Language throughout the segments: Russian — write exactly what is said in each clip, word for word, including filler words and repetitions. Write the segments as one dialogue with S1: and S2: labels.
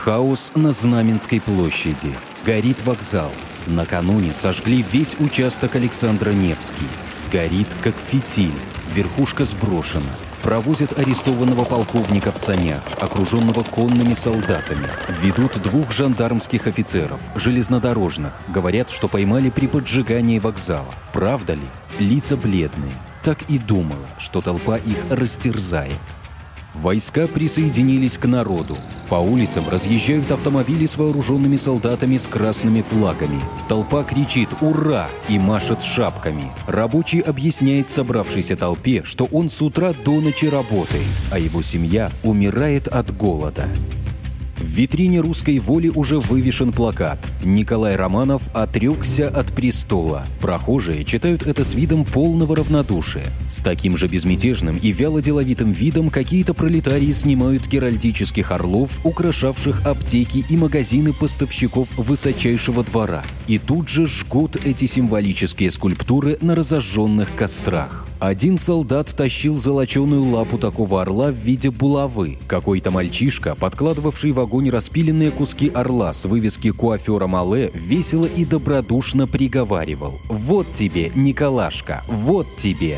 S1: Хаос на Знаменской площади. Горит вокзал. Накануне сожгли весь участок Александра Невский. Горит, как фитиль. Верхушка сброшена. Провозят арестованного полковника в санях, окруженного конными солдатами. Ведут двух жандармских офицеров, железнодорожных. Говорят, что поймали при поджигании вокзала. Правда ли? Лица бледные. Так и думала, что толпа их растерзает. Войска присоединились к народу. По улицам разъезжают автомобили с вооруженными солдатами с красными флагами. Толпа кричит «Ура!» и машет шапками. Рабочий объясняет собравшейся толпе, что он с утра до ночи работает, а его семья умирает от голода. В витрине «Русской воли» уже вывешен плакат «Николай Романов отрекся от престола». Прохожие читают это с видом полного равнодушия. С таким же безмятежным и вяло-деловитым видом какие-то пролетарии снимают геральдических орлов, украшавших аптеки и магазины поставщиков высочайшего двора. И тут же жгут эти символические скульптуры на разожженных кострах. Один солдат тащил золоченую лапу такого орла в виде булавы. Какой-то мальчишка, подкладывавший в огонь распиленные куски орла с вывески куафера Мале, весело и добродушно приговаривал: «Вот тебе, Николашка, вот тебе!»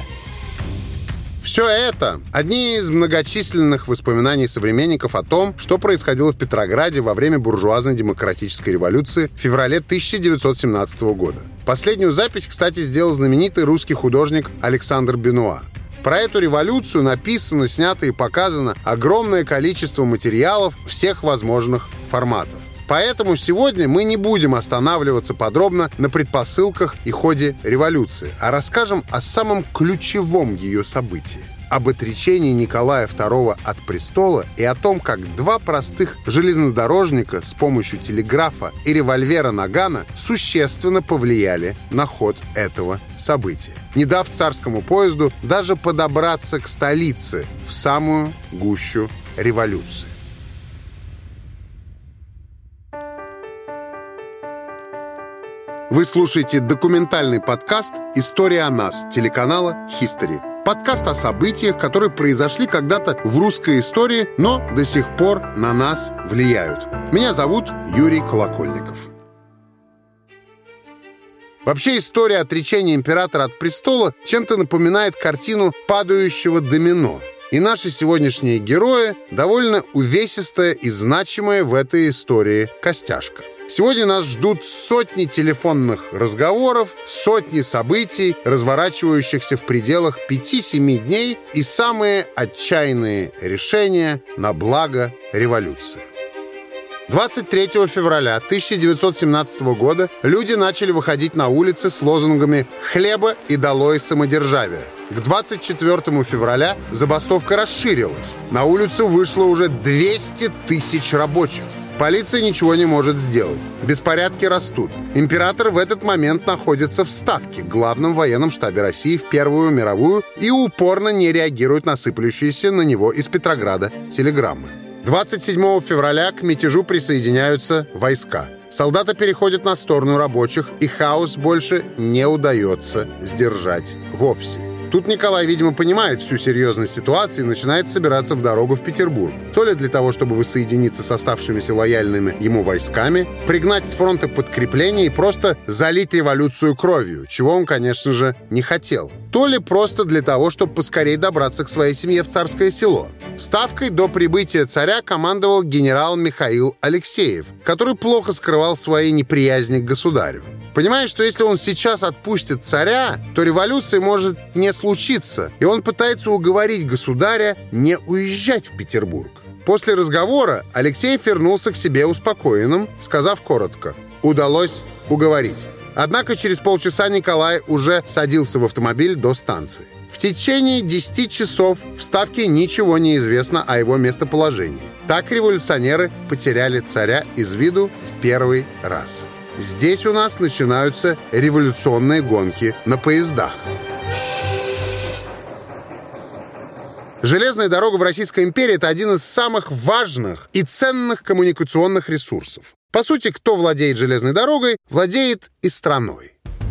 S2: Все это – одни из многочисленных воспоминаний современников о том, что происходило в Петрограде во время буржуазной демократической революции в феврале тысяча девятьсот семнадцатого года. Последнюю запись, кстати, сделал знаменитый русский художник Александр Бенуа. Про эту революцию написано, снято и показано огромное количество материалов всех возможных форматов. Поэтому сегодня мы не будем останавливаться подробно на предпосылках и ходе революции, а расскажем о самом ключевом ее событии – об отречении Николая второго от престола и о том, как два простых железнодорожника с помощью телеграфа и револьвера Нагана существенно повлияли на ход этого события, не дав царскому поезду даже подобраться к столице в самую гущу революции. Вы слушаете документальный подкаст «История о нас» телеканала History. Подкаст о событиях, которые произошли когда-то в русской истории, но до сих пор на нас влияют. Меня зовут Юрий Колокольников. Вообще история отречения императора от престола чем-то напоминает картину падающего домино. И наши сегодняшние герои – довольно увесистая и значимая в этой истории костяшка. Сегодня нас ждут сотни телефонных разговоров, сотни событий, разворачивающихся в пределах пяти-семи дней, и самые отчаянные решения на благо революции. двадцать третьего февраля тысяча девятьсот семнадцатого года люди начали выходить на улицы с лозунгами «Хлеба и долой самодержавие». К двадцать четвёртому февраля забастовка расширилась. На улицу вышло уже двести тысяч рабочих. Полиция ничего не может сделать. Беспорядки растут. Император в этот момент находится в Ставке, главном военном штабе России в Первую мировую, и упорно не реагирует на сыплющиеся на него из Петрограда телеграммы. двадцать седьмого февраля к мятежу присоединяются войска. Солдаты переходят на сторону рабочих, и хаос больше не удается сдержать вовсе. Тут Николай, видимо, понимает всю серьезность ситуации и начинает собираться в дорогу в Петербург. То ли для того, чтобы воссоединиться с оставшимися лояльными ему войсками, пригнать с фронта подкрепление и просто залить революцию кровью, чего он, конечно же, не хотел. То ли просто для того, чтобы поскорее добраться к своей семье в Царское Село. Ставкой до прибытия царя командовал генерал Михаил Алексеев, который плохо скрывал свои неприязни к государю. Понимая, что если он сейчас отпустит царя, то революция может не случиться, и он пытается уговорить государя не уезжать в Петербург. После разговора Алексеев вернулся к себе успокоенным, сказав коротко: «Удалось уговорить». Однако через полчаса Николай уже садился в автомобиль до станции. В течение десяти часов в Ставке ничего не известно о его местоположении. Так революционеры потеряли царя из виду в первый раз. Здесь у нас начинаются революционные гонки на поездах. Железная дорога в Российской империи – это один из самых важных и ценных коммуникационных ресурсов. По сути, кто владеет железной дорогой, владеет и страной.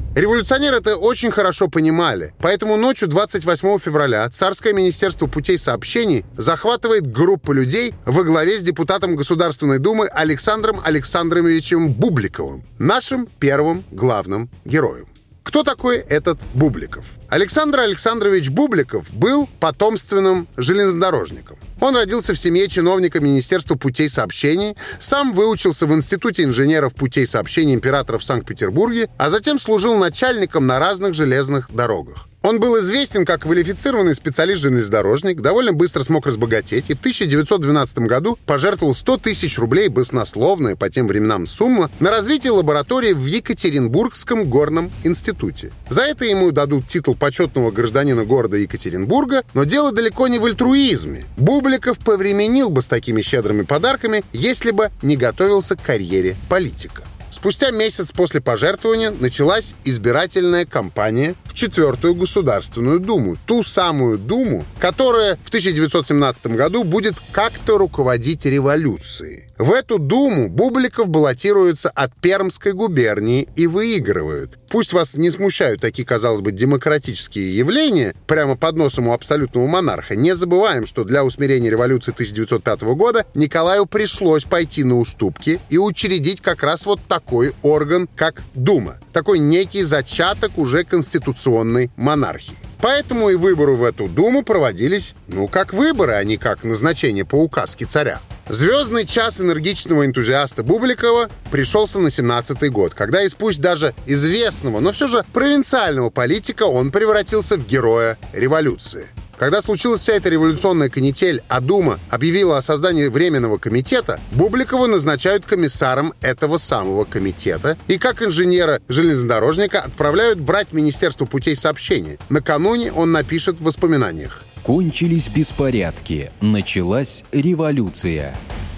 S2: Революционеры это очень хорошо понимали, поэтому ночью двадцать восьмого февраля Царское министерство путей сообщений захватывает группу людей во главе с депутатом Государственной Думы Александром Александровичем Бубликовым, нашим первым главным героем. Кто такой этот Бубликов? Александр Александрович Бубликов был потомственным железнодорожником. Он родился в семье чиновника Министерства путей сообщений, сам выучился в Институте инженеров путей сообщений императора в Санкт-Петербурге, а затем служил начальником на разных железных дорогах. Он был известен как квалифицированный специалист-железнодорожник, довольно быстро смог разбогатеть и в тысяча девятьсот двенадцатом году пожертвовал сто тысяч рублей, баснословная по тем временам сумма, на развитие лаборатории в Екатеринбургском горном институте. За это ему дадут титул почетного гражданина города Екатеринбурга, но дело далеко не в альтруизме. Бубликов повременил бы с такими щедрыми подарками, если бы не готовился к карьере политика. Спустя месяц после пожертвования началась избирательная кампания в Четвертую Государственную Думу. Ту самую Думу, которая в тысяча девятьсот семнадцатом году будет как-то руководить революцией. В эту Думу Бубликов баллотируется от Пермской губернии и выигрывают. Пусть вас не смущают такие, казалось бы, демократические явления прямо под носом у абсолютного монарха. Не забываем, что для усмирения революции тысяча девятьсот пятого года Николаю пришлось пойти на уступки и учредить как раз вот такой орган, как Дума. Такой некий зачаток уже конституционной монархии. Поэтому и выборы в эту Думу проводились, ну, как выборы, а не как назначение по указке царя. Звездный час энергичного энтузиаста Бубликова пришелся на семнадцатый год, когда из пусть даже известного, но все же провинциального политика он превратился в героя революции. Когда случилась вся эта революционная канитель, а Дума объявила о создании Временного комитета, Бубликова назначают комиссаром этого самого комитета и как инженера-железнодорожника отправляют брать Министерство путей сообщения. Накануне он напишет в воспоминаниях:
S1: «Кончились беспорядки. Началась революция».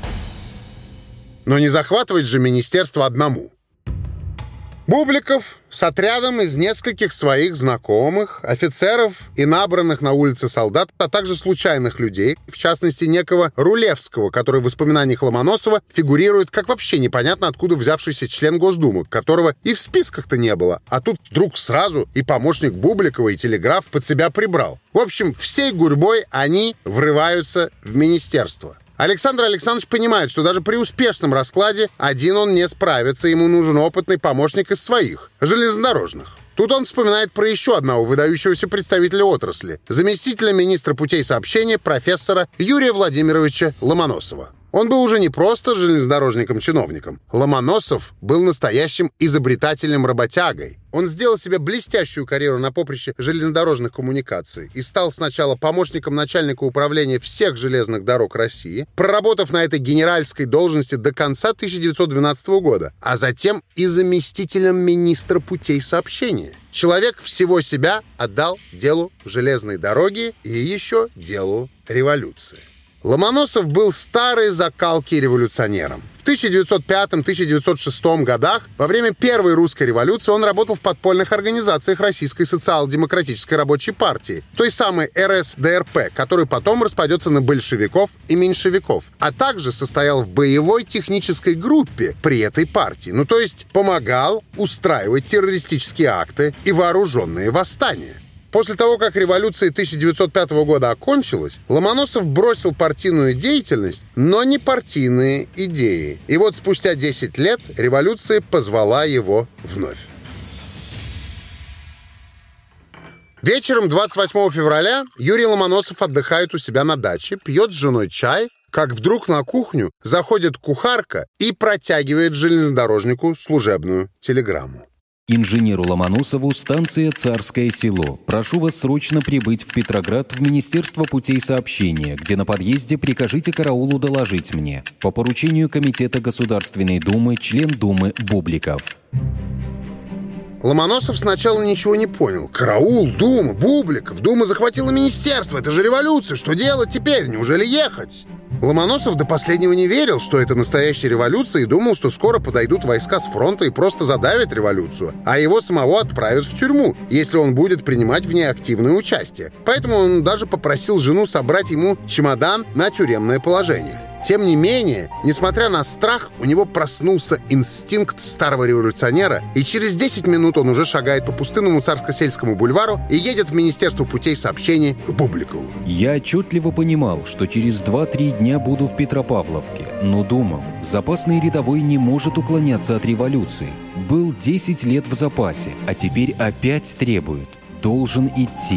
S2: Но не захватывать же министерство одному. Бубликов с отрядом из нескольких своих знакомых, офицеров и набранных на улице солдат, а также случайных людей, в частности некого Рулевского, который в воспоминаниях Ломоносова фигурирует как вообще непонятно откуда взявшийся член Госдумы, которого и в списках-то не было, а тут вдруг сразу и помощник Бубликова, и телеграф под себя прибрал. В общем, всей гурьбой они врываются в министерство. Александр Александрович понимает, что даже при успешном раскладе один он не справится, ему нужен опытный помощник из своих, железнодорожных. Тут он вспоминает про еще одного выдающегося представителя отрасли, заместителя министра путей сообщения профессора Юрия Владимировича Ломоносова. Он был уже не просто железнодорожником-чиновником. Ломоносов был настоящим изобретательным-работягой. Он сделал себе блестящую карьеру на поприще железнодорожных коммуникаций и стал сначала помощником начальника управления всех железных дорог России, проработав на этой генеральской должности до конца тысяча девятьсот двенадцатого года, а затем и заместителем министра путей сообщения. Человек всего себя отдал делу железной дороги и еще делу революции. Ломоносов был старой закалки революционером. В тысяча девятьсот пятом — тысяча девятьсот шестом годах, во время Первой русской революции, он работал в подпольных организациях Российской социал-демократической рабочей партии, той самой эр эс дэ эр пэ, которая потом распадется на большевиков и меньшевиков, а также состоял в боевой технической группе при этой партии, ну то есть помогал устраивать террористические акты и вооруженные восстания. После того, как революция тысяча девятьсот пятого года окончилась, Ломоносов бросил партийную деятельность, но не партийные идеи. И вот спустя десять лет революция позвала его вновь. Вечером двадцать восьмого февраля Юрий Ломоносов отдыхает у себя на даче, пьет с женой чай, как вдруг на кухню заходит кухарка и протягивает железнодорожнику служебную телеграмму.
S1: Инженеру Ломоносову, станция «Царское село». Прошу вас срочно прибыть в Петроград в Министерство путей сообщения, где на подъезде прикажите караулу доложить мне. По поручению Комитета Государственной Думы, член Думы Бубликов.
S2: Ломоносов сначала ничего не понял. Караул, Дума, Бубликов. Дума захватила министерство. Это же революция. Что делать теперь? Неужели ехать? Ломоносов до последнего не верил, что это настоящая революция, и думал, что скоро подойдут войска с фронта и просто задавят революцию, а его самого отправят в тюрьму, если он будет принимать в ней активное участие. Поэтому он даже попросил жену собрать ему чемодан на тюремное положение. Тем не менее, несмотря на страх, у него проснулся инстинкт старого революционера, и через десять минут он уже шагает по пустынному Царско-сельскому бульвару и едет в Министерство путей сообщений к Бубликову.
S1: Я отчетливо понимал, что через два-три дня буду в Петропавловке, но думал, запасный рядовой не может уклоняться от революции. Был десять лет в запасе, а теперь опять требует. Должен идти.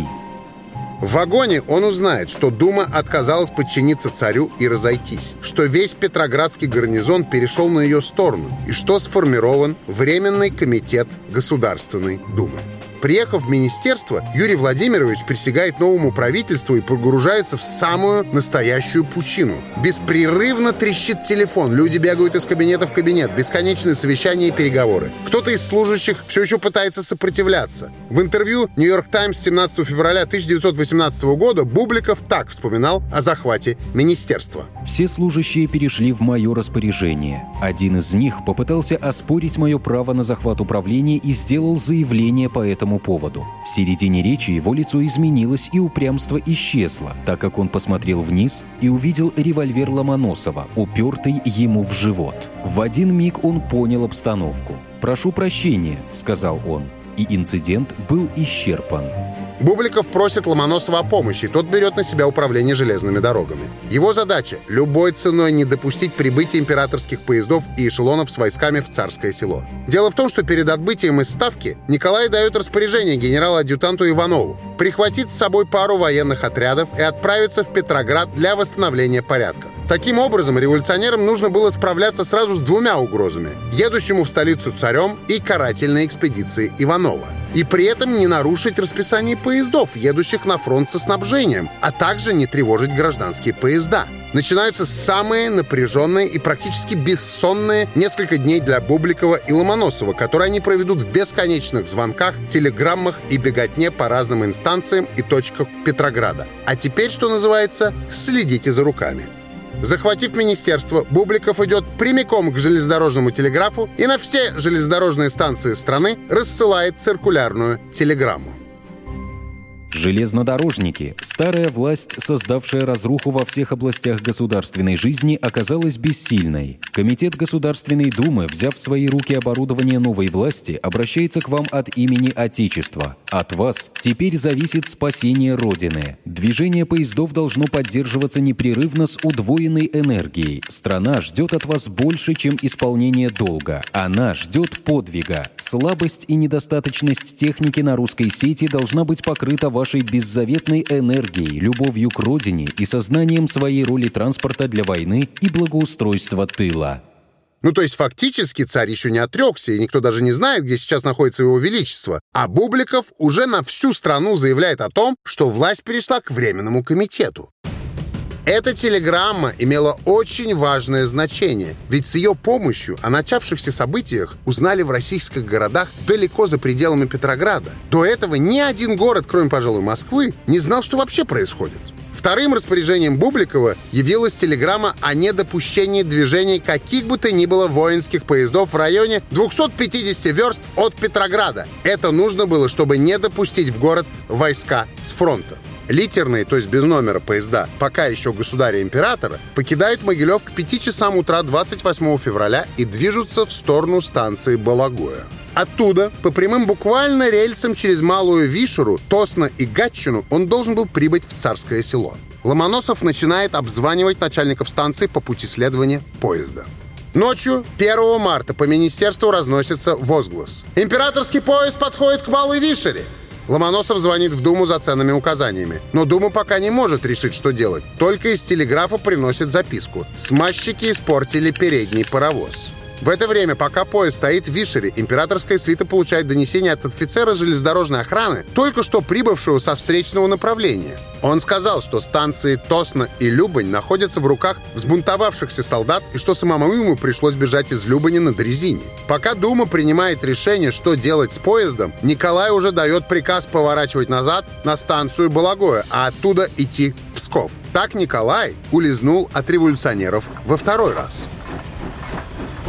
S2: В вагоне он узнает, что Дума отказалась подчиниться царю и разойтись, что весь Петроградский гарнизон перешел на ее сторону и что сформирован Временный комитет Государственной Думы. Приехав в министерство, Юрий Владимирович присягает новому правительству и погружается в самую настоящую пучину. Беспрерывно трещит телефон, люди бегают из кабинета в кабинет, бесконечные совещания и переговоры. Кто-то из служащих все еще пытается сопротивляться. В интервью «Нью-Йорк Таймс» семнадцатого февраля тысяча девятьсот восемнадцатого года Бубликов так вспоминал о захвате министерства.
S1: Все служащие перешли в мое распоряжение. Один из них попытался оспорить мое право на захват управления и сделал заявление по этому поводу. В середине речи его лицо изменилось и упрямство исчезло, так как он посмотрел вниз и увидел револьвер Ломоносова, упертый ему в живот. В один миг он понял обстановку. «Прошу прощения», — сказал он, и инцидент был исчерпан.
S2: Бубликов просит Ломоносова о помощи, и тот берет на себя управление железными дорогами. Его задача — любой ценой не допустить прибытия императорских поездов и эшелонов с войсками в Царское Село. Дело в том, что перед отбытием из Ставки Николай дает распоряжение генералу-адъютанту Иванову прихватить с собой пару военных отрядов и отправиться в Петроград для восстановления порядка. Таким образом, революционерам нужно было справляться сразу с двумя угрозами — едущему в столицу царем и карательной экспедиции Иванова. И при этом не нарушить расписание поездов, едущих на фронт со снабжением, а также не тревожить гражданские поезда. Начинаются самые напряженные и практически бессонные несколько дней для Бубликова и Ломоносова, которые они проведут в бесконечных звонках, телеграммах и беготне по разным инстанциям и точкам Петрограда. А теперь, что называется, следите за руками. Захватив министерство, Бубликов идет прямиком к железнодорожному телеграфу и на все железнодорожные станции страны рассылает циркулярную телеграмму.
S1: Железнодорожники, старая власть, создавшая разруху во всех областях государственной жизни, оказалась бессильной. Комитет Государственной Думы, взяв в свои руки оборудование новой власти, обращается к вам от имени Отечества. От вас теперь зависит спасение Родины. Движение поездов должно поддерживаться непрерывно с удвоенной энергией. Страна ждет от вас больше, чем исполнение долга. Она ждет подвига. Слабость и недостаточность техники на русской сети должна быть покрыта вашей вашей беззаветной энергией, любовью к родине и сознанием своей роли транспорта для войны и благоустройства тыла.
S2: Ну, то есть фактически царь еще не отрекся, и никто даже не знает, где сейчас находится его величество. А Бубликов уже на всю страну заявляет о том, что власть перешла к Временному комитету. Эта телеграмма имела очень важное значение, ведь с ее помощью о начавшихся событиях узнали в российских городах далеко за пределами Петрограда. До этого ни один город, кроме, пожалуй, Москвы, не знал, что вообще происходит. Вторым распоряжением Бубликова явилась телеграмма о недопущении движения каких бы то ни было воинских поездов в районе двухсот пятидесяти верст от Петрограда. Это нужно было, чтобы не допустить в город войска с фронта. Литерные, то есть без номера поезда, пока еще государя-императора, покидают Могилев к пяти часам утра двадцать восьмого февраля и движутся в сторону станции Балагоя. Оттуда, по прямым буквально рельсам через Малую Вишеру, Тосно и Гатчину, он должен был прибыть в Царское Село. Ломоносов начинает обзванивать начальников станции по пути следования поезда. Ночью первого марта по министерству разносится возглас: «Императорский поезд подходит к Малой Вишере!» Ломоносов звонит в Думу за ценными указаниями. Но Дума пока не может решить, что делать. Только из телеграфа приносит записку: «Смазчики испортили передний паровоз». В это время, пока поезд стоит в Вишере, императорская свита получает донесение от офицера железнодорожной охраны, только что прибывшего со встречного направления. Он сказал, что станции Тосно и Любань находятся в руках взбунтовавшихся солдат и что самому ему пришлось бежать из Любани на дрезине. Пока Дума принимает решение, что делать с поездом, Николай уже дает приказ поворачивать назад на станцию Балагоя, а оттуда идти в Псков. Так Николай улизнул от революционеров во второй раз. В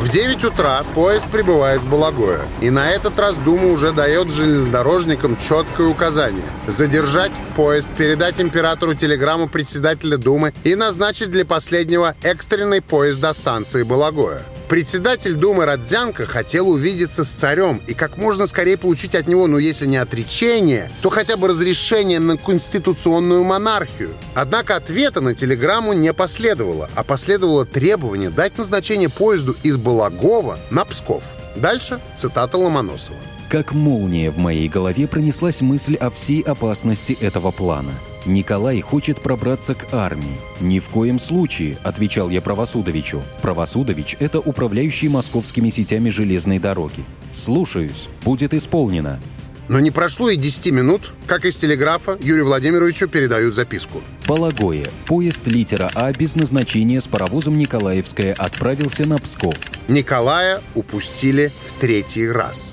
S2: В девять утра поезд прибывает в Балагое. И на этот раз Дума уже дает железнодорожникам четкое указание – задержать поезд, передать императору телеграмму председателя Думы и назначить для последнего экстренный поезд до станции Балагое. Председатель Думы Родзянко хотел увидеться с царем и как можно скорее получить от него, ну если не отречение, то хотя бы разрешение на конституционную монархию. Однако ответа на телеграмму не последовало, а последовало требование дать назначение поезду из Балагова на Псков. Дальше цитата Ломоносова.
S1: Как молния в моей голове пронеслась мысль о всей опасности этого плана. Николай хочет пробраться к армии. «Ни в коем случае», — отвечал я Правосудовичу. Правосудович — это управляющий московскими сетями железной дороги. «Слушаюсь. Будет исполнено».
S2: Но не прошло и десяти минут, как из телеграфа Юрию Владимировичу передают записку.
S1: Балагое. Поезд литера А без назначения с паровозом «Николаевская» отправился на Псков.
S2: Николая упустили в третий раз.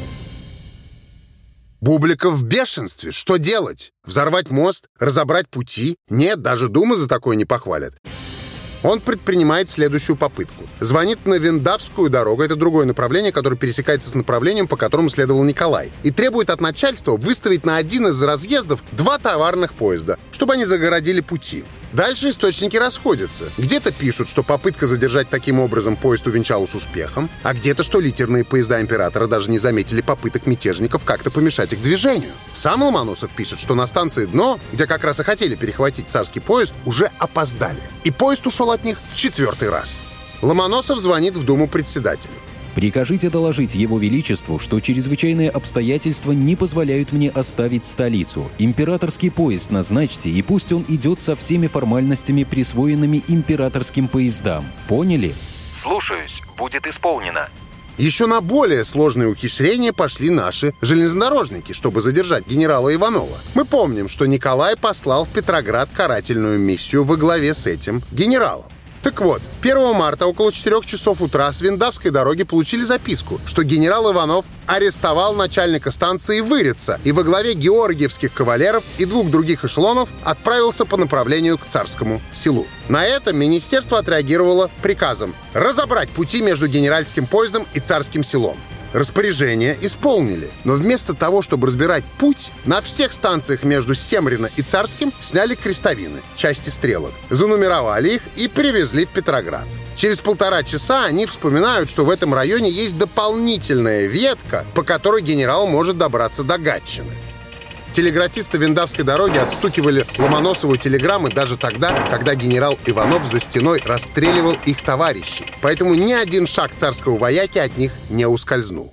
S2: Бубликов в бешенстве. Что делать? Взорвать мост? Разобрать пути? Нет, даже Дума за такое не похвалят. Он предпринимает следующую попытку. Звонит на Виндавскую дорогу, это другое направление, которое пересекается с направлением, по которому следовал Николай, и требует от начальства выставить на один из разъездов два товарных поезда, чтобы они загородили пути. Дальше источники расходятся. Где-то пишут, что попытка задержать таким образом поезд увенчалась успехом, а где-то, что литерные поезда императора даже не заметили попыток мятежников как-то помешать их движению. Сам Ломоносов пишет, что на станции Дно, где как раз и хотели перехватить царский поезд, уже опоздали. И поезд ушел от них в четвертый раз. Ломоносов звонит в Думу председателю.
S1: «Прикажите доложить Его Величеству, что чрезвычайные обстоятельства не позволяют мне оставить столицу. Императорский поезд назначьте, и пусть он идет со всеми формальностями, присвоенными императорским поездам. Поняли?»
S3: «Слушаюсь. Будет исполнено».
S2: Еще на более сложные ухищрения пошли наши железнодорожники, чтобы задержать генерала Иванова. Мы помним, что Николай послал в Петроград карательную миссию во главе с этим генералом. Так вот, первого марта около четырёх часов утра с Виндавской дороги получили записку, что генерал Иванов арестовал начальника станции Вырица и во главе георгиевских кавалеров и двух других эшелонов отправился по направлению к Царскому селу. На это министерство отреагировало приказом разобрать пути между генеральским поездом и Царским селом. Распоряжение исполнили, но вместо того, чтобы разбирать путь, на всех станциях между Семрино и Царским сняли крестовины, части стрелок, занумеровали их и привезли в Петроград. Через полтора часа они вспоминают, что в этом районе есть дополнительная ветка, по которой генерал может добраться до Гатчины. Телеграфисты Виндавской дороги отстукивали Ломоносову телеграммы даже тогда, когда генерал Иванов за стеной расстреливал их товарищей. Поэтому ни один шаг царского вояки от них не ускользнул.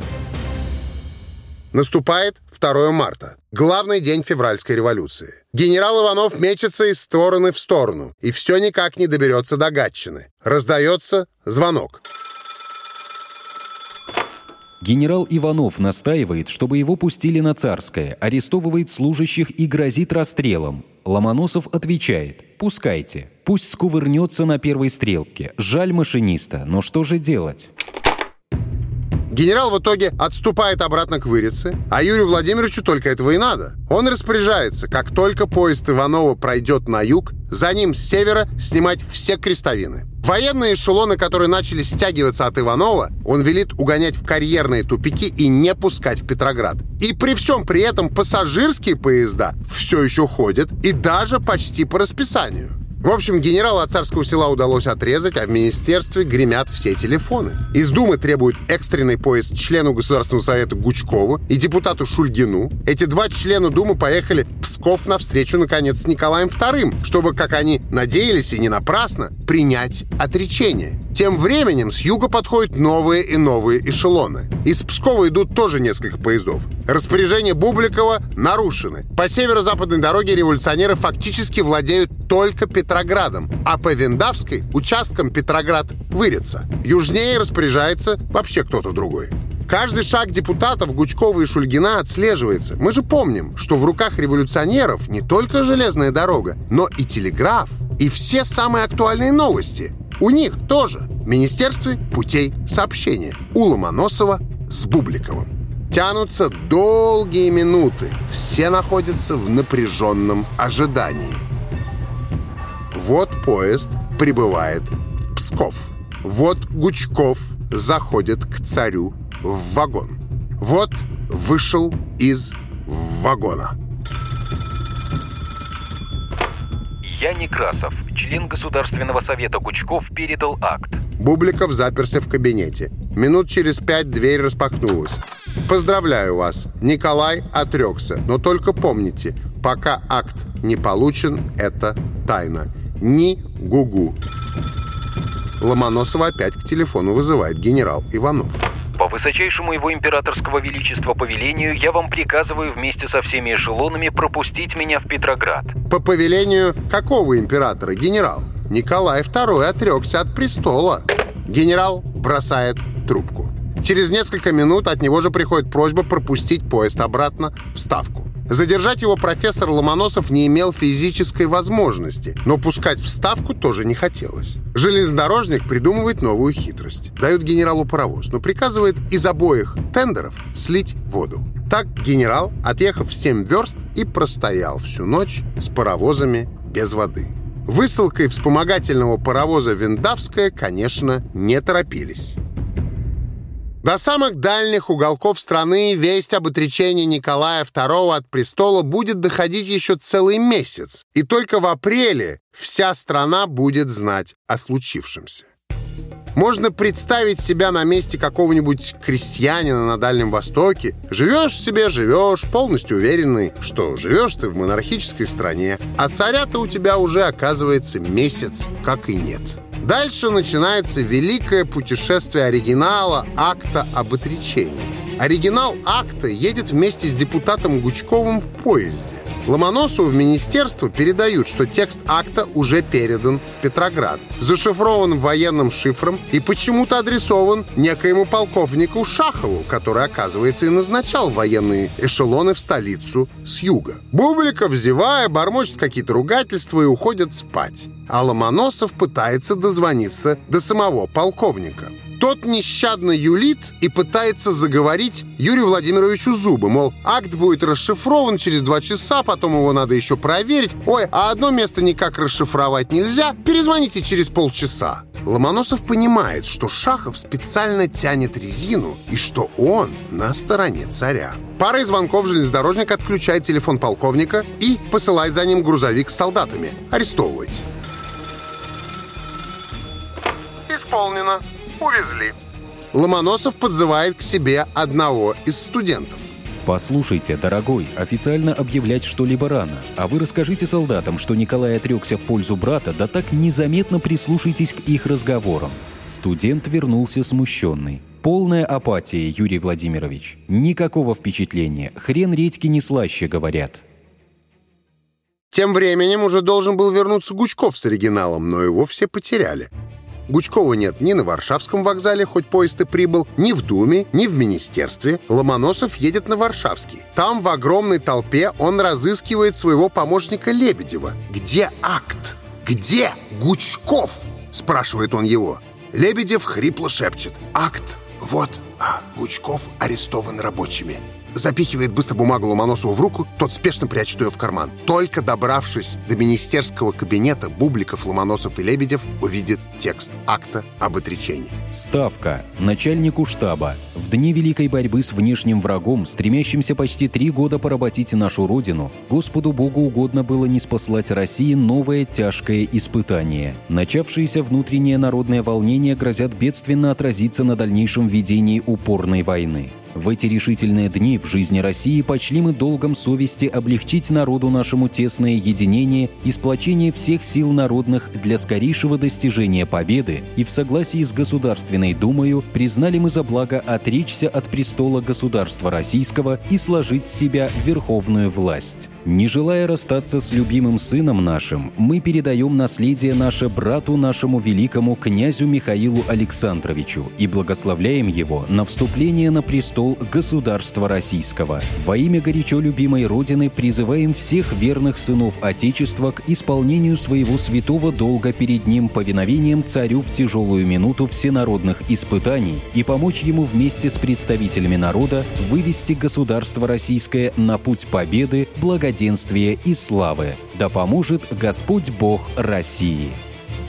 S2: Наступает второе марта, главный день февральской революции. Генерал Иванов мечется из стороны в сторону и все никак не доберется до Гатчины. Раздается звонок.
S1: Генерал Иванов настаивает, чтобы его пустили на Царское, арестовывает служащих и грозит расстрелом. Ломоносов отвечает: «Пускайте. Пусть скувырнется на первой стрелке. Жаль машиниста, но что же делать?»
S2: Генерал в итоге отступает обратно к Вырице, а Юрию Владимировичу только этого и надо. Он распоряжается, как только поезд Иванова пройдет на юг, за ним с севера снимать все крестовины. Военные эшелоны, которые начали стягиваться от Иванова, он велит угонять в карьерные тупики и не пускать в Петроград. И при всем при этом пассажирские поезда все еще ходят и даже почти по расписанию. В общем, генерала от Царского села удалось отрезать, а в министерстве гремят все телефоны. Из Думы требуют экстренный поезд члену Государственного совета Гучкову и депутату Шульгину. Эти два члена Думы поехали в Псков навстречу, наконец, с Николаем вторым, чтобы, как они надеялись и не напрасно, принять отречение. Тем временем с юга подходят новые и новые эшелоны. Из Пскова идут тоже несколько поездов. Распоряжения Бубликова нарушены. По северо-западной дороге революционеры фактически владеют только Петроградом, а по Виндавской — участком Петроград-Вырица. Южнее распоряжается вообще кто-то другой. Каждый шаг депутатов Гучкова и Шульгина отслеживается. Мы же помним, что в руках революционеров не только железная дорога, но и телеграф, и все самые актуальные новости. У них тоже в Министерстве путей сообщения. У Ломоносова с Бубликовым. Тянутся долгие минуты. Все находятся в напряженном ожидании. Вот поезд прибывает в Псков. Вот Гучков заходит к царю в вагон. Вот вышел из вагона.
S3: Я Некрасов, член Государственного совета Гучков, передал акт.
S2: Бубликов заперся в кабинете. Минут через пять дверь распахнулась. Поздравляю вас, Николай отрекся. Но только помните, пока акт не получен, это тайна. Ни гугу. Ломоносова опять к телефону вызывает генерал Иванов.
S3: По высочайшему его императорского величества повелению я вам приказываю вместе со всеми эшелонами пропустить меня в Петроград.
S2: По повелению какого императора, генерал? Николай второй отрекся от престола. Генерал бросает трубку. Через несколько минут от него же приходит просьба пропустить поезд обратно в Ставку. Задержать его профессор Ломоносов не имел физической возможности, но пускать в Ставку тоже не хотелось. Железнодорожник придумывает новую хитрость. Дает генералу паровоз, но приказывает из обоих тендеров слить воду. Так генерал, отъехав семь верст, и простоял всю ночь с паровозами без воды. Высылкой вспомогательного паровоза «Виндавская», конечно, не торопились. До самых дальних уголков страны весть об отречении Николая второго от престола будет доходить еще целый месяц. И только в апреле вся страна будет знать о случившемся. Можно представить себя на месте какого-нибудь крестьянина на Дальнем Востоке. Живешь себе, живешь, полностью уверенный, что живешь ты в монархической стране, а царя-то у тебя уже, оказывается, месяц как и нет. Дальше начинается великое путешествие оригинала акта об отречении. Оригинал акта едет вместе с депутатом Гучковым в поезде. Ломоносову в министерство передают, что текст акта уже передан в Петроград, зашифрован военным шифром и почему-то адресован некоему полковнику Шахову, который, оказывается, и назначал военные эшелоны в столицу с юга. Бубликов, зевая, бормочет какие-то ругательства и уходит спать. А Ломоносов пытается дозвониться до самого полковника. Тот нещадно юлит и пытается заговорить Юрию Владимировичу зубы, мол, акт будет расшифрован через два часа, потом его надо еще проверить. Ой, а одно место никак расшифровать нельзя, перезвоните через полчаса. Ломоносов понимает, что Шахов специально тянет резину и что он на стороне царя. Парой звонков железнодорожник отключает телефон полковника и посылает за ним грузовик с солдатами. Арестовывать. Исполнено. Увезли. Ломоносов подзывает к себе одного из студентов.
S1: Послушайте, дорогой, официально объявлять что-либо рано. А вы расскажите солдатам, что Николай отрекся в пользу брата, да так незаметно прислушайтесь к их разговорам. Студент вернулся смущенный. Полная апатия, Юрий Владимирович. Никакого впечатления. Хрен редьки не слаще, говорят.
S2: Тем временем уже должен был вернуться Гучков с оригиналом, но его все потеряли. Гучкова нет ни на Варшавском вокзале, хоть поезд и прибыл, ни в Думе, ни в министерстве. Ломоносов едет на Варшавский. Там в огромной толпе он разыскивает своего помощника Лебедева. «Где акт? Где Гучков?» – спрашивает он его. Лебедев хрипло шепчет. «Акт вот, а Гучков арестован рабочими». Запихивает быстро бумагу Ломоносову в руку, тот спешно прячет ее в карман. Только добравшись до министерского кабинета, Бубликов, Ломоносов и Лебедев увидят текст акта об отречении.
S1: Ставка. Начальнику штаба. В дни великой борьбы с внешним врагом, стремящимся почти три года поработить нашу родину, Господу Богу угодно было ниспослать России новое тяжкое испытание. Начавшиеся внутренние народные волнения грозят бедственно отразиться на дальнейшем ведении упорной войны. В эти решительные дни в жизни России почли мы долгом совести облегчить народу нашему тесное единение и сплочение всех сил народных для скорейшего достижения победы, и в согласии с Государственной Думою признали мы за благо отречься от престола государства российского и сложить с себя верховную власть. Не желая расстаться с любимым сыном нашим, мы передаем наследие наше брату нашему великому князю Михаилу Александровичу и благословляем его на вступление на престол государства российского. Во имя горячо любимой Родины призываем всех верных сынов Отечества к исполнению своего святого долга перед ним повиновением царю в тяжелую минуту всенародных испытаний и помочь ему вместе с представителями народа вывести государство российское на путь победы, благоденствия и славы. Да поможет Господь Бог России!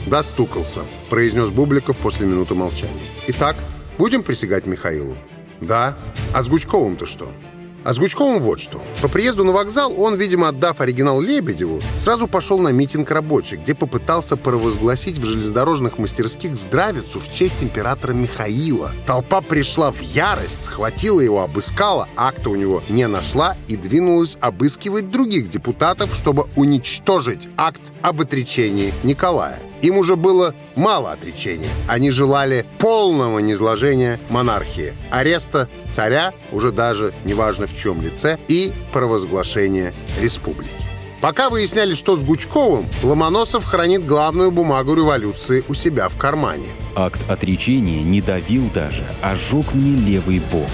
S2: «Достукался», — произнес Бубликов после минуты молчания. «Итак, будем присягать Михаилу?» «Да. А с Гучковым-то что?» А с Гучковым вот что. По приезду на вокзал он, видимо, отдав оригинал Лебедеву, сразу пошел на митинг рабочих, где попытался провозгласить в железнодорожных мастерских здравицу в честь императора Михаила. Толпа пришла в ярость, схватила его, обыскала, акта у него не нашла и двинулась обыскивать других депутатов, чтобы уничтожить акт об отречении Николая. Им уже было мало отречения. Они желали полного низложения монархии, ареста царя, уже даже неважно в чем лице, и провозглашения республики. Пока выясняли, что с Гучковым, Ломоносов хранит главную бумагу революции у себя в кармане.
S1: Акт отречения не давил даже, а сжег мне левый бок.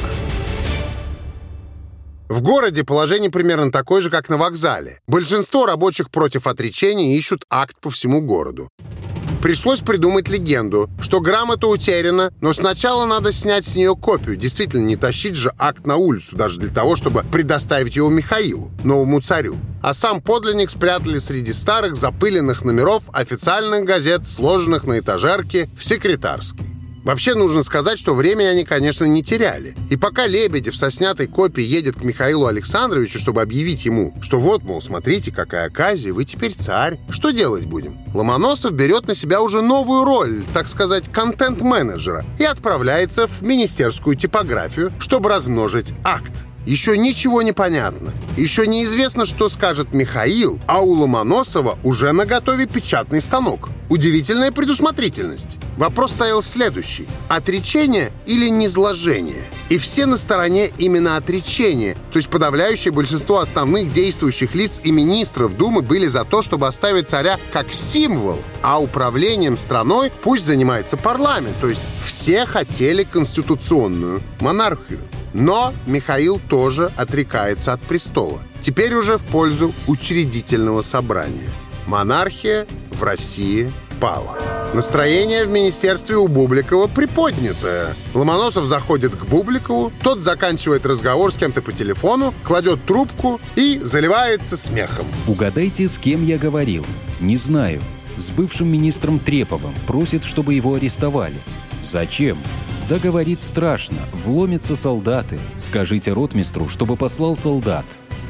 S2: В городе положение примерно такое же, как на вокзале. Большинство рабочих против отречения ищут акт по всему городу. Пришлось придумать легенду, что грамота утеряна, но сначала надо снять с нее копию. Действительно, не тащить же акт на улицу, даже для того, чтобы предоставить его Михаилу, новому царю. А сам подлинник спрятали среди старых запыленных номеров официальных газет, сложенных на этажерке в секретарской. Вообще, нужно сказать, что времени они, конечно, не теряли. И пока Лебедев со снятой копией едет к Михаилу Александровичу, чтобы объявить ему, что вот, мол, смотрите, какая оказия, вы теперь царь, что делать будем? Ломоносов берет на себя уже новую роль, так сказать, контент-менеджера, и отправляется в министерскую типографию, чтобы размножить акт. Еще ничего не понятно. Еще неизвестно, что скажет Михаил, а у Ломоносова уже наготове печатный станок. Удивительная предусмотрительность. Вопрос стоял следующий. Отречение или низложение? И все на стороне именно отречения. То есть подавляющее большинство основных действующих лиц и министров Думы были за то, чтобы оставить царя как символ, а управлением страной пусть занимается парламент. То есть все хотели конституционную монархию. Но Михаил тоже отрекается от престола. Теперь уже в пользу учредительного собрания. Монархия в России пала. Настроение в министерстве у Бубликова приподнятое. Ломоносов заходит к Бубликову, тот заканчивает разговор с кем-то по телефону, кладет трубку и заливается смехом.
S1: Угадайте, с кем я говорил? Не знаю. С бывшим министром Треповым. Просит, чтобы его арестовали. Зачем? Да, говорит, страшно. Вломятся солдаты. Скажите ротмистру, чтобы послал солдат.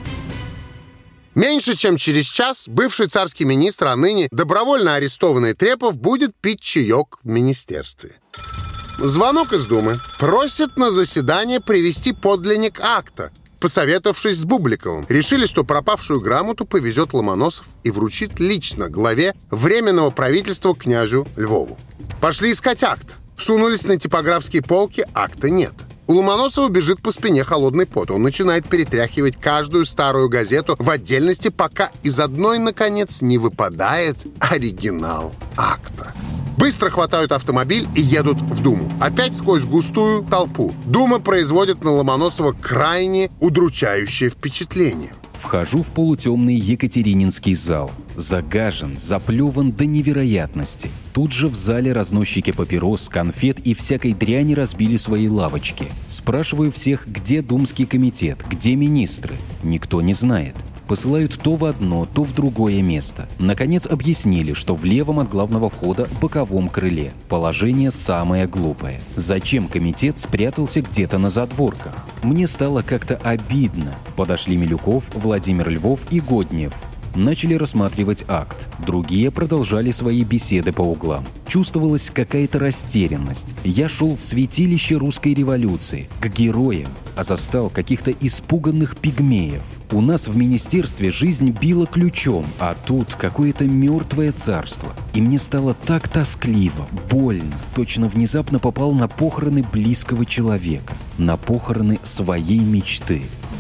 S2: Меньше чем через час бывший царский министр, а ныне добровольно арестованный Трепов, будет пить чаек в министерстве. Звонок из Думы. Просят на заседание привести подлинник акта. Посоветовавшись с Бубликовым, решили, что пропавшую грамоту повезет Ломоносов и вручит лично главе Временного правительства князю Львову. Пошли искать акт. Сунулись на типографские полки, акта нет. У Ломоносова бежит по спине холодный пот. Он начинает перетряхивать каждую старую газету в отдельности, пока из одной, наконец, не выпадает оригинал акта. Быстро хватают автомобиль и едут в Думу. Опять сквозь густую толпу. Дума производит на Ломоносова крайне удручающее впечатление.
S1: Вхожу в полутемный Екатерининский зал. Загажен, заплеван до невероятности. Тут же в зале разносчики папирос, конфет и всякой дряни разбили свои лавочки. Спрашиваю всех, где Думский комитет, где министры. Никто не знает. Посылают то в одно, то в другое место. Наконец объяснили, что в левом от главного входа боковом крыле. Положение самое глупое. Зачем комитет спрятался где-то на задворках? Мне стало как-то обидно. Подошли Милюков, Владимир Львов и Годнев. Начали рассматривать акт. Другие продолжали свои беседы по углам. Чувствовалась какая-то растерянность. Я шел в святилище русской революции, к героям, а застал каких-то испуганных пигмеев. У нас в министерстве жизнь била ключом, а тут какое-то мертвое царство. И мне стало так тоскливо, больно. Точно внезапно попал на похороны близкого человека, на похороны своей мечты.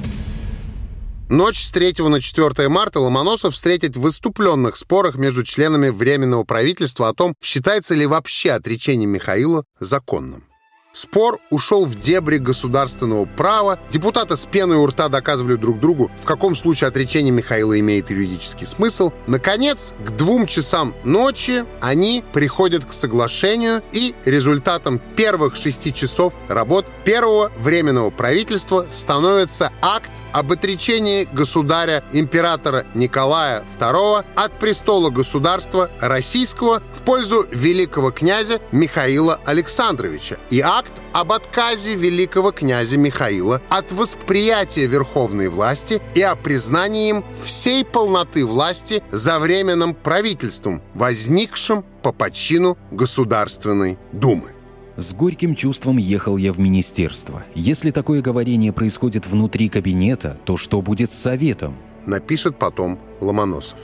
S2: Ночь с третьего на четвёртое марта Ломоносов встретит в выступленных спорах между членами Временного правительства о том, считается ли вообще отречение Михаила законным. Спор ушел в дебри государственного права, депутаты с пеной у рта доказывали друг другу, в каком случае отречение Михаила имеет юридический смысл. Наконец, к двум часам ночи они приходят к соглашению, и результатом первых шести часов работ первого Временного правительства становится акт об отречении государя императора Николая второго от престола государства российского в пользу великого князя Михаила Александровича и акт об отказе великого князя Михаила от восприятия верховной власти и о признании им всей полноты власти за Временным правительством, возникшим по почину Государственной Думы.
S1: С горьким чувством ехал я в министерство. Если такое говорение происходит внутри кабинета, то что будет с советом?
S2: Напишет потом Ломоносов.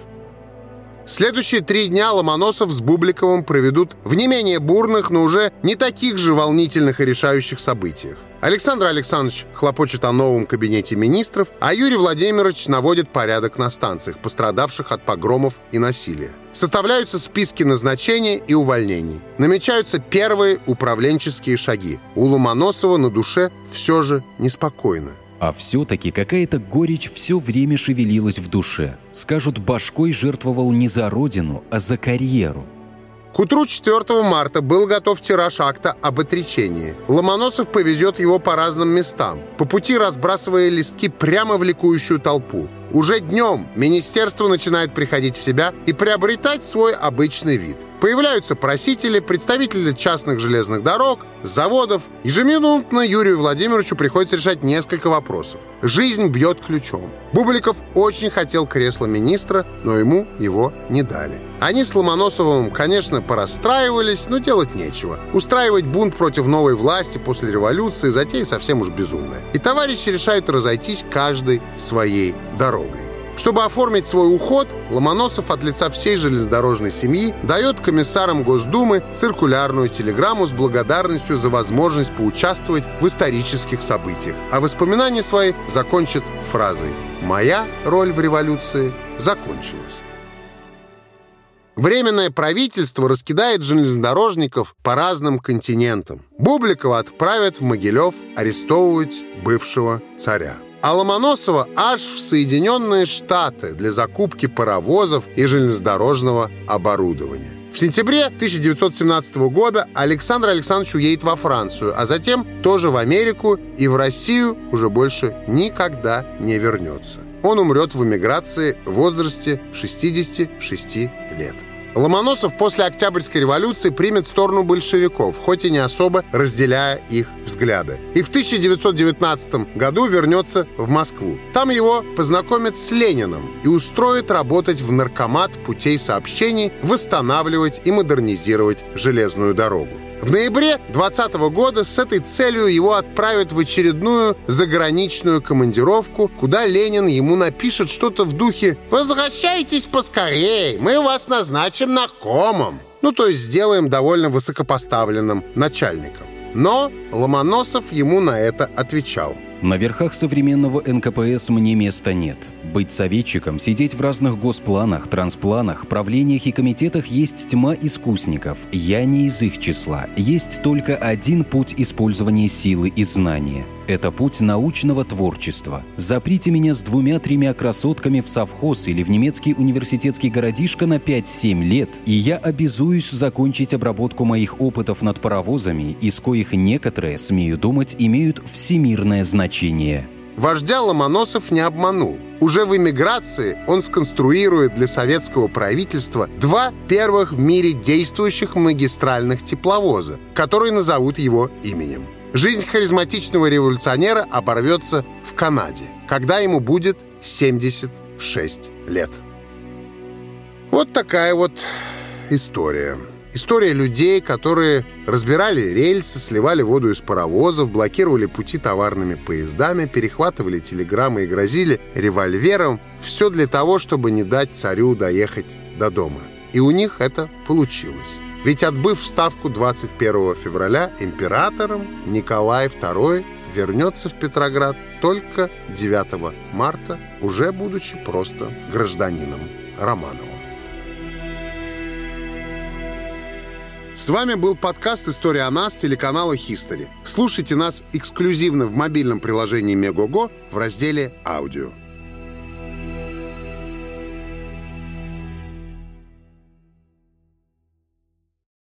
S2: Следующие три дня Ломоносов с Бубликовым проведут в не менее бурных, но уже не таких же волнительных и решающих событиях. Александр Александрович хлопочет о новом кабинете министров, а Юрий Владимирович наводит порядок на станциях, пострадавших от погромов и насилия. Составляются списки назначений и увольнений. Намечаются первые управленческие шаги. У Ломоносова на душе все же неспокойно.
S1: А все-таки какая-то горечь все время шевелилась в душе. Скажут, башкой жертвовал не за родину, а за карьеру.
S2: К утру четвёртого марта был готов тираж акта об отречении. Ломоносов повезет его по разным местам, по пути разбрасывая листки прямо в ликующую толпу. Уже днем министерство начинает приходить в себя и приобретать свой обычный вид. Появляются просители, представители частных железных дорог, заводов. Ежеминутно Юрию Владимировичу приходится решать несколько вопросов. Жизнь бьет ключом. Бубликов очень хотел кресла министра, но ему его не дали. Они с Ломоносовым, конечно, порастраивались, но делать нечего. Устраивать бунт против новой власти после революции — затея совсем уж безумная. И товарищи решают разойтись каждый своей дорогой. Чтобы оформить свой уход, Ломоносов от лица всей железнодорожной семьи дает комиссарам Госдумы циркулярную телеграмму с благодарностью за возможность поучаствовать в исторических событиях, а воспоминания свои закончит фразой «Моя роль в революции закончилась». Временное правительство раскидает железнодорожников по разным континентам. Бубликова отправят в Могилев арестовывать бывшего царя. А Ломоносова аж в Соединенные Штаты для закупки паровозов и железнодорожного оборудования. В сентябре тысяча девятьсот семнадцатого года Александр Александрович уедет во Францию, а затем тоже в Америку, и в Россию уже больше никогда не вернется. Он умрет в эмиграции в возрасте шестидесяти шести лет. Ломоносов после Октябрьской революции примет сторону большевиков, хоть и не особо разделяя их взгляды. И в тысяча девятьсот девятнадцатом году вернется в Москву. Там его познакомят с Лениным и устроят работать в наркомат путей сообщений, восстанавливать и модернизировать железную дорогу. В ноябре двадцатого года с этой целью его отправят в очередную заграничную командировку, куда Ленин ему напишет что-то в духе «Возвращайтесь поскорей, мы вас назначим наркомом». Ну, то есть сделаем довольно высокопоставленным начальником. Но Ломоносов ему на это отвечал:
S1: На верхах современного эн ка пэ эс мне места нет. Быть советчиком, сидеть в разных госпланах, транспланах, правлениях и комитетах есть тьма искусников. Я не из их числа. Есть только один путь использования силы и знания. Это путь научного творчества. Заприте меня с двумя-тремя красотками в совхоз или в немецкий университетский городишко на пять-семь лет, и я обязуюсь закончить обработку моих опытов над паровозами, из коих некоторые, смею думать, имеют всемирное значение.
S2: Вождя Ломоносов не обманул. Уже в эмиграции он сконструирует для советского правительства два первых в мире действующих магистральных тепловоза, которые назовут его именем. Жизнь харизматичного революционера оборвется в Канаде, когда ему будет семьдесят шесть лет. Вот такая вот история. История людей, которые разбирали рельсы, сливали воду из паровозов, блокировали пути товарными поездами, перехватывали телеграммы и грозили револьвером. Все для того, чтобы не дать царю доехать до дома. И у них это получилось. Ведь, отбыв в Ставку двадцать первого февраля, императором Николай второй вернется в Петроград только девятого марта, уже будучи просто гражданином Романовым. С вами был подкаст «История о нас» телеканала History. Слушайте нас эксклюзивно в мобильном приложении Мегого в разделе «Аудио».